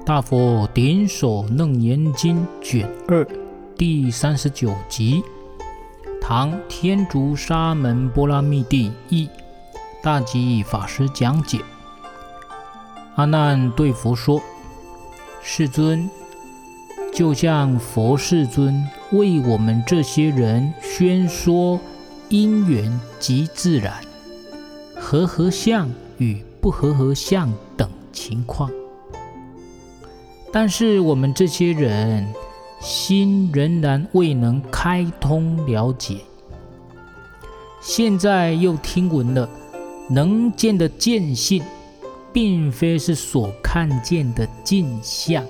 大佛顶首楞严经卷2第39集，唐天竺沙门波罗蜜帝译，大吉法师讲解。阿难对佛说：世尊，就像佛世尊为我们这些人宣说因缘及自然、和相与不和相等情况，但是我们这些人心仍然未能开通了解。现在又听闻了能见的见性并非是所看见的镜像。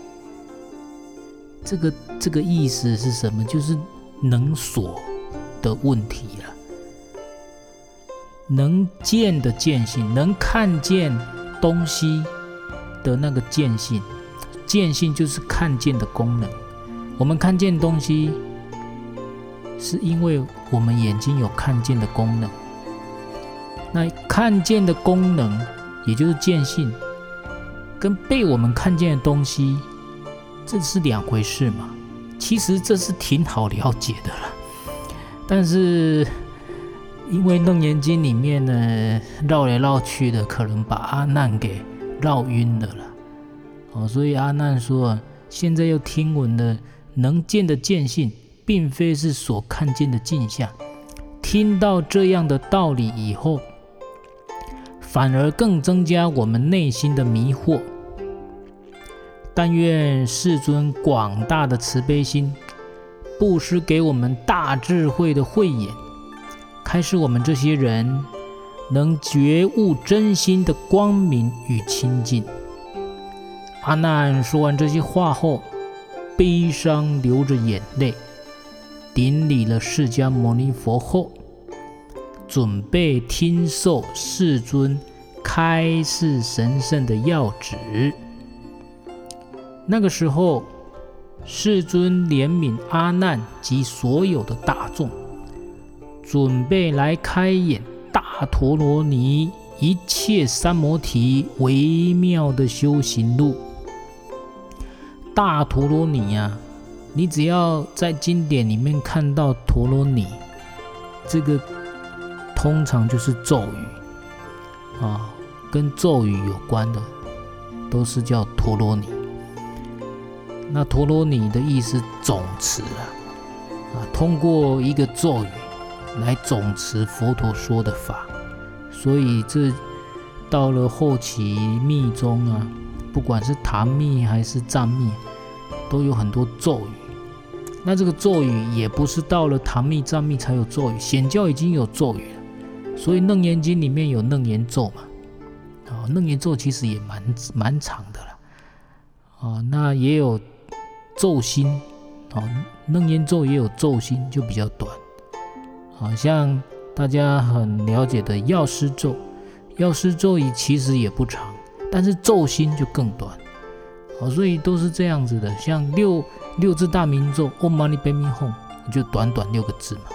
这个意思是什么？就是能所的问题了。能见的见性，能看见东西的那个见性，见性就是看见的功能。我们看见东西是因为我们眼睛有看见的功能，那看见的功能也就是见性，跟被我们看见的东西这是两回事嘛。其实这是挺好了解的啦，但是因为楞严经里面呢绕来绕去的，可能把阿难给绕晕了啦。所以阿难说，现在又听闻了能见的见性并非是所看见的镜像。听到这样的道理以后，反而更增加我们内心的迷惑。但愿世尊广大的慈悲心布施给我们大智慧的慧眼，开示我们这些人能觉悟真心的光明与清净。阿难说完这些话后，悲伤流着眼泪，顶礼了释迦牟尼佛后，准备听受世尊开示神圣的要旨。那个时候，世尊怜悯阿难及所有的大众，准备来开演大陀罗尼一切三摩提微妙的修行路。大陀罗尼啊，你只要在经典里面看到陀罗尼，这个通常就是咒语啊，跟咒语有关的都是叫陀罗尼。那陀罗尼的意思总持通过一个咒语来总持佛陀说的法，所以这到了后期密宗啊，不管是唐密还是藏密，都有很多咒语。那这个咒语也不是到了唐密藏密才有咒语，显教已经有咒语了，所以楞严经里面有楞严咒嘛。楞严咒其实也蛮长的了。那也有咒心，楞严咒也有咒心，就比较短。像大家很了解的药师咒，药师咒其实也不长，但是咒心就更短。所以都是这样子的。像六字大明咒 Om Mani Padme Hum 就短短6个字嘛。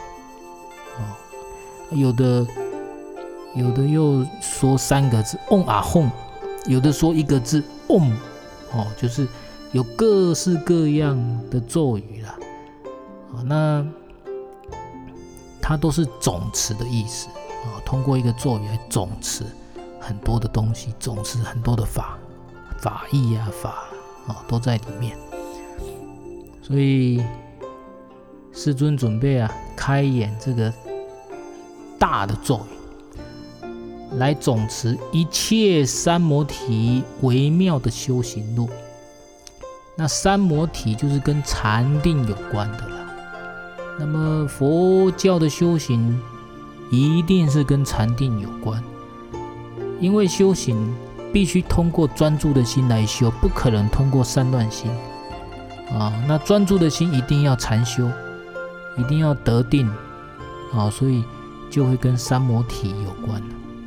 有的又说3个字 Om Ah Hum， 有的说1个字 Om， 就是有各式各样的咒语啦。那它都是总持的意思，通过一个咒语来总持很多的东西，总持很多的法义啊法都在里面。所以世尊准备开演这个大的咒语，来总持一切三摩提微妙的修行路。那三摩提就是跟禅定有关的啦。那么佛教的修行一定是跟禅定有关，因为修行必须通过专注的心来修，不可能通过散乱心那专注的心一定要禅修，一定要得定所以就会跟三摩提有关。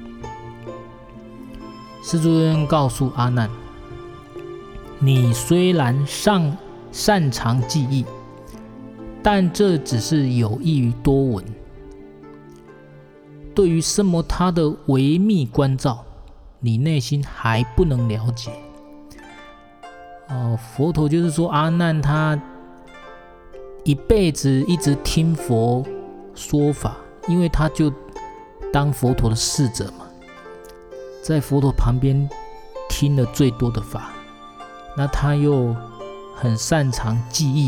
世尊告诉阿难，你虽然擅长记忆，但这只是有益于多闻。对于奢摩他的微密关照，你内心还不能了解。 佛陀就是说阿难他一辈子一直听佛说法，因为他就当佛陀的侍者嘛，在佛陀旁边听了最多的法，那他又很擅长记忆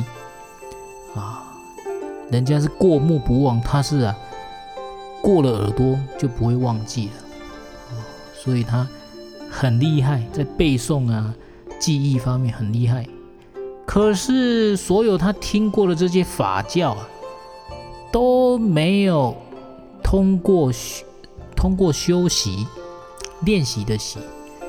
人家是过目不忘，他是过了耳朵就不会忘记了，所以他很厉害，在背诵记忆方面很厉害。可是所有他听过的这些法教都没有通过修习练习的习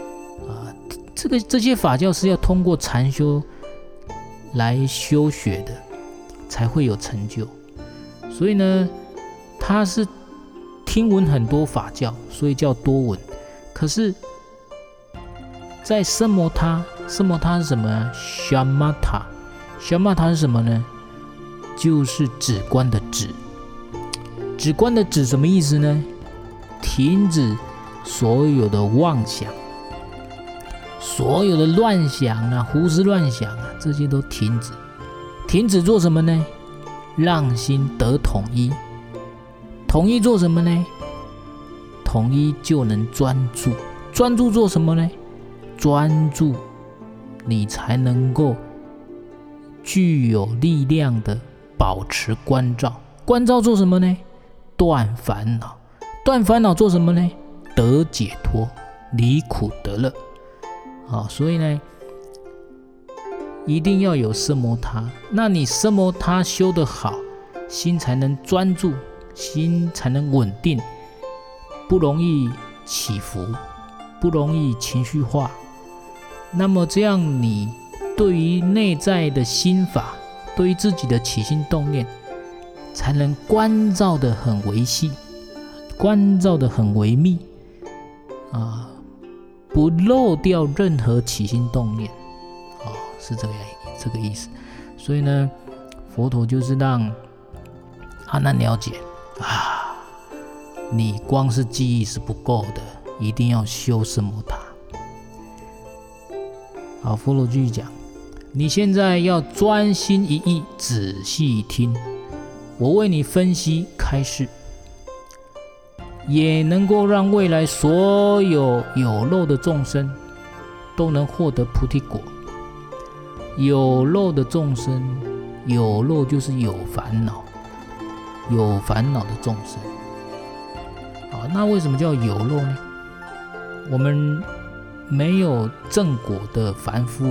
这些法教是要通过禅修来修学的，才会有成就。所以呢，他是听闻很多法教，所以叫多闻。可是在奢摩他是什么？shamatha是什么呢？就是止观的止。止观的止什么意思呢？停止所有的妄想，所有的乱想胡思乱想这些都停止。停止做什么呢？让心得统一。统一做什么呢？统一就能专注。专注做什么呢？专注你才能够具有力量的保持关照。关照做什么呢？断烦恼。断烦恼做什么呢？得解脱，离苦得乐。所以呢，一定要有奢摩他。那你奢摩他修得好，心才能专注，心才能稳定，不容易起伏，不容易情绪化。那么这样你对于内在的心法，对于自己的起心动念，才能关照得很维系，关照得很微密不漏掉任何起心动念是这个意思。所以呢，佛陀就是让阿难了解你光是记忆是不够的，一定要修奢摩他。好，佛陀继续讲，你现在要专心一意，仔细听，我为你分析开示，也能够让未来所有有漏的众生都能获得菩提果。有漏的众生，有漏就是有烦恼，有烦恼的众生。那为什么叫有漏呢？我们没有正果的凡夫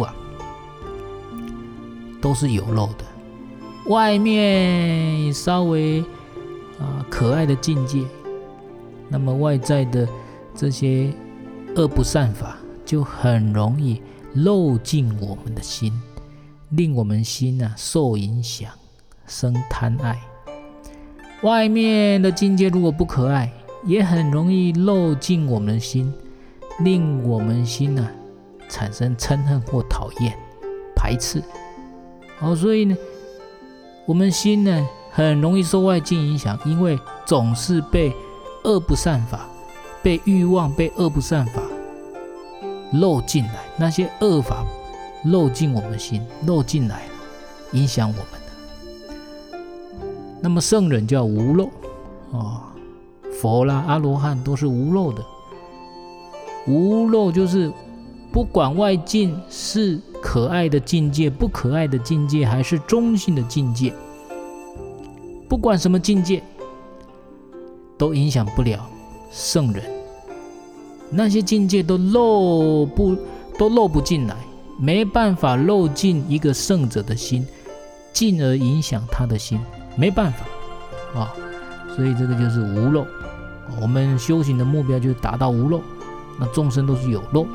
都是有漏的。外面稍微可爱的境界，那么外在的这些恶不善法就很容易漏进我们的心，令我们心受影响，生贪爱。外面的境界如果不可爱，也很容易漏进我们的心，令我们心产生嗔恨或讨厌、排斥。所以呢，我们心很容易受外境影响，因为总是被恶不善法、被欲望、被恶不善法漏进来，那些恶法漏进我们心，漏进来了，影响我们的。那么圣人叫无漏佛啦、阿罗汉都是无漏的。无漏就是不管外境是可爱的境界、不可爱的境界，还是中性的境界，不管什么境界都影响不了圣人。那些境界都漏不进来，没办法漏进一个圣者的心，进而影响他的心，没办法所以这个就是无漏。我们修行的目标就是达到无漏，那众生都是有漏。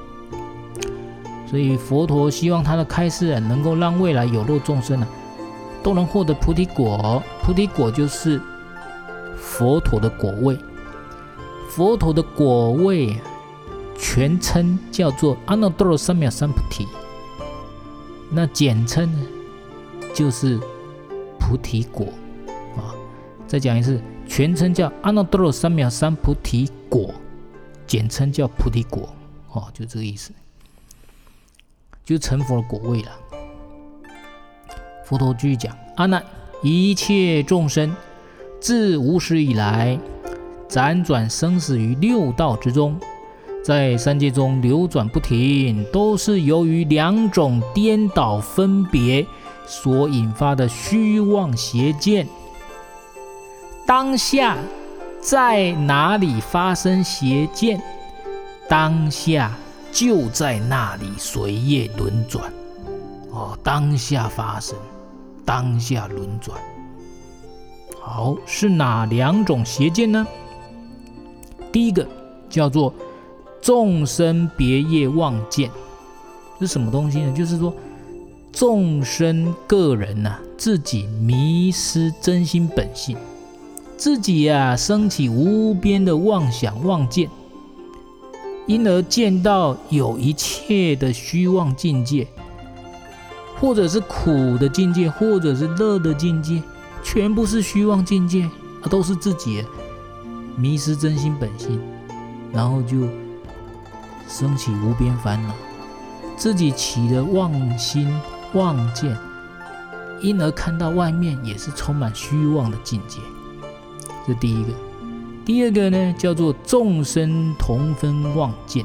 所以佛陀希望他的开示能够让未来有漏众生都能获得菩提果。菩提果就是佛陀的果位。佛陀的果位全称叫做阿耨多罗三藐三菩提，那简称就是菩提果再讲一次，全称叫阿耨多罗三藐三菩提果，简称叫菩提果就这个意思。 就成佛的果位了。佛陀继续讲：阿难，一切众生自无始以来，辗转生死于六道之中，在三界中流转不停，都是由于两种颠倒分别所引发的虚妄邪见。当下在哪里发生邪见，当下就在那里随业轮转。当下发生，当下轮转。好，是哪两种邪见呢？第一个叫做众生别业妄见，是什么东西呢？就是说众生个人自己迷失真心本性，自己升起无边的妄想妄见，因而见到有一切的虚妄境界，或者是苦的境界，或者是乐的境界，全部是虚妄境界，都是自己迷失真心本性，然后就升起无边烦恼，自己起了妄心妄见，因而看到外面也是充满虚妄的境界。这第一个。第二个呢，叫做众生同分妄见。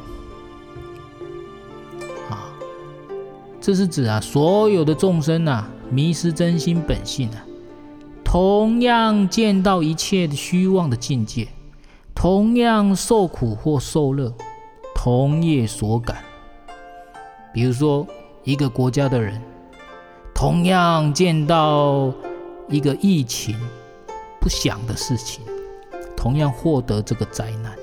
这是指所有的众生迷失真心本性同样见到一切的虚妄的境界，同样受苦或受乐，同业所感。比如说一个国家的人，同样见到一个疫情不祥的事情，同样获得这个灾难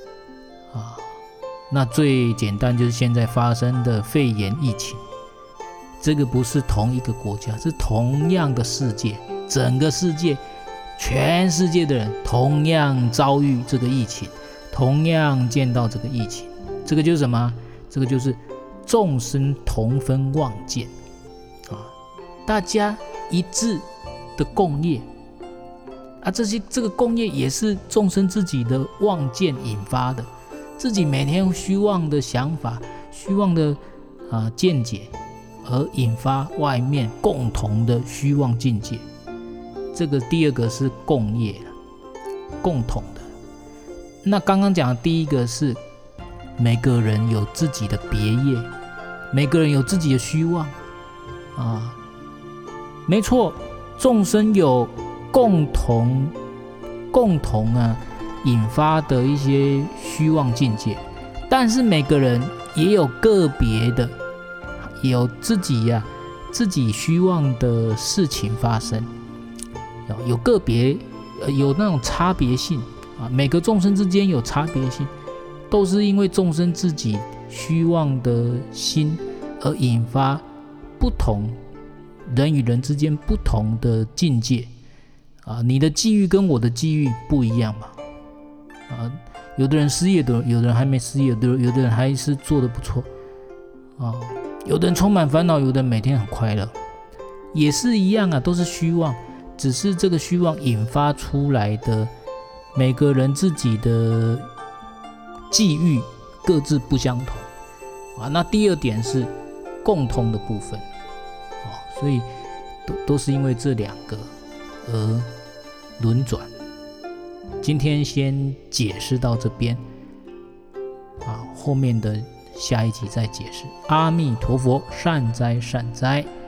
那最简单就是现在发生的肺炎疫情，这个不是同一个国家，是同样的世界，整个世界，全世界的人同样遭遇这个疫情，同样见到这个疫情，这个就是什么？这个就是众生同分妄见大家一致的共业这个共业也是众生自己的妄见引发的，自己每天虚妄的想法、虚妄的见解，而引发外面共同的虚妄境界。这个第二个是共业共同的。那刚刚讲的第一个是每个人有自己的别业，每个人有自己的虚妄没错，众生有共同引发的一些虚妄境界，但是每个人也有个别的，也有自己虚妄的事情发生，有个别有那种差别性每个众生之间有差别性，都是因为众生自己虚妄的心而引发不同人与人之间不同的境界你的际遇跟我的际遇不一样嘛有的人失业的，有的人还没失业，有的人还是做得不错有的人充满烦恼，有的人每天很快乐，也是一样都是虚妄，只是这个虚妄引发出来的每个人自己的际遇各自不相同那第二点是共通的部分所以都是因为这两个而轮转。今天先解释到这边后面的下一集再解释。阿弥陀佛，善哉善哉。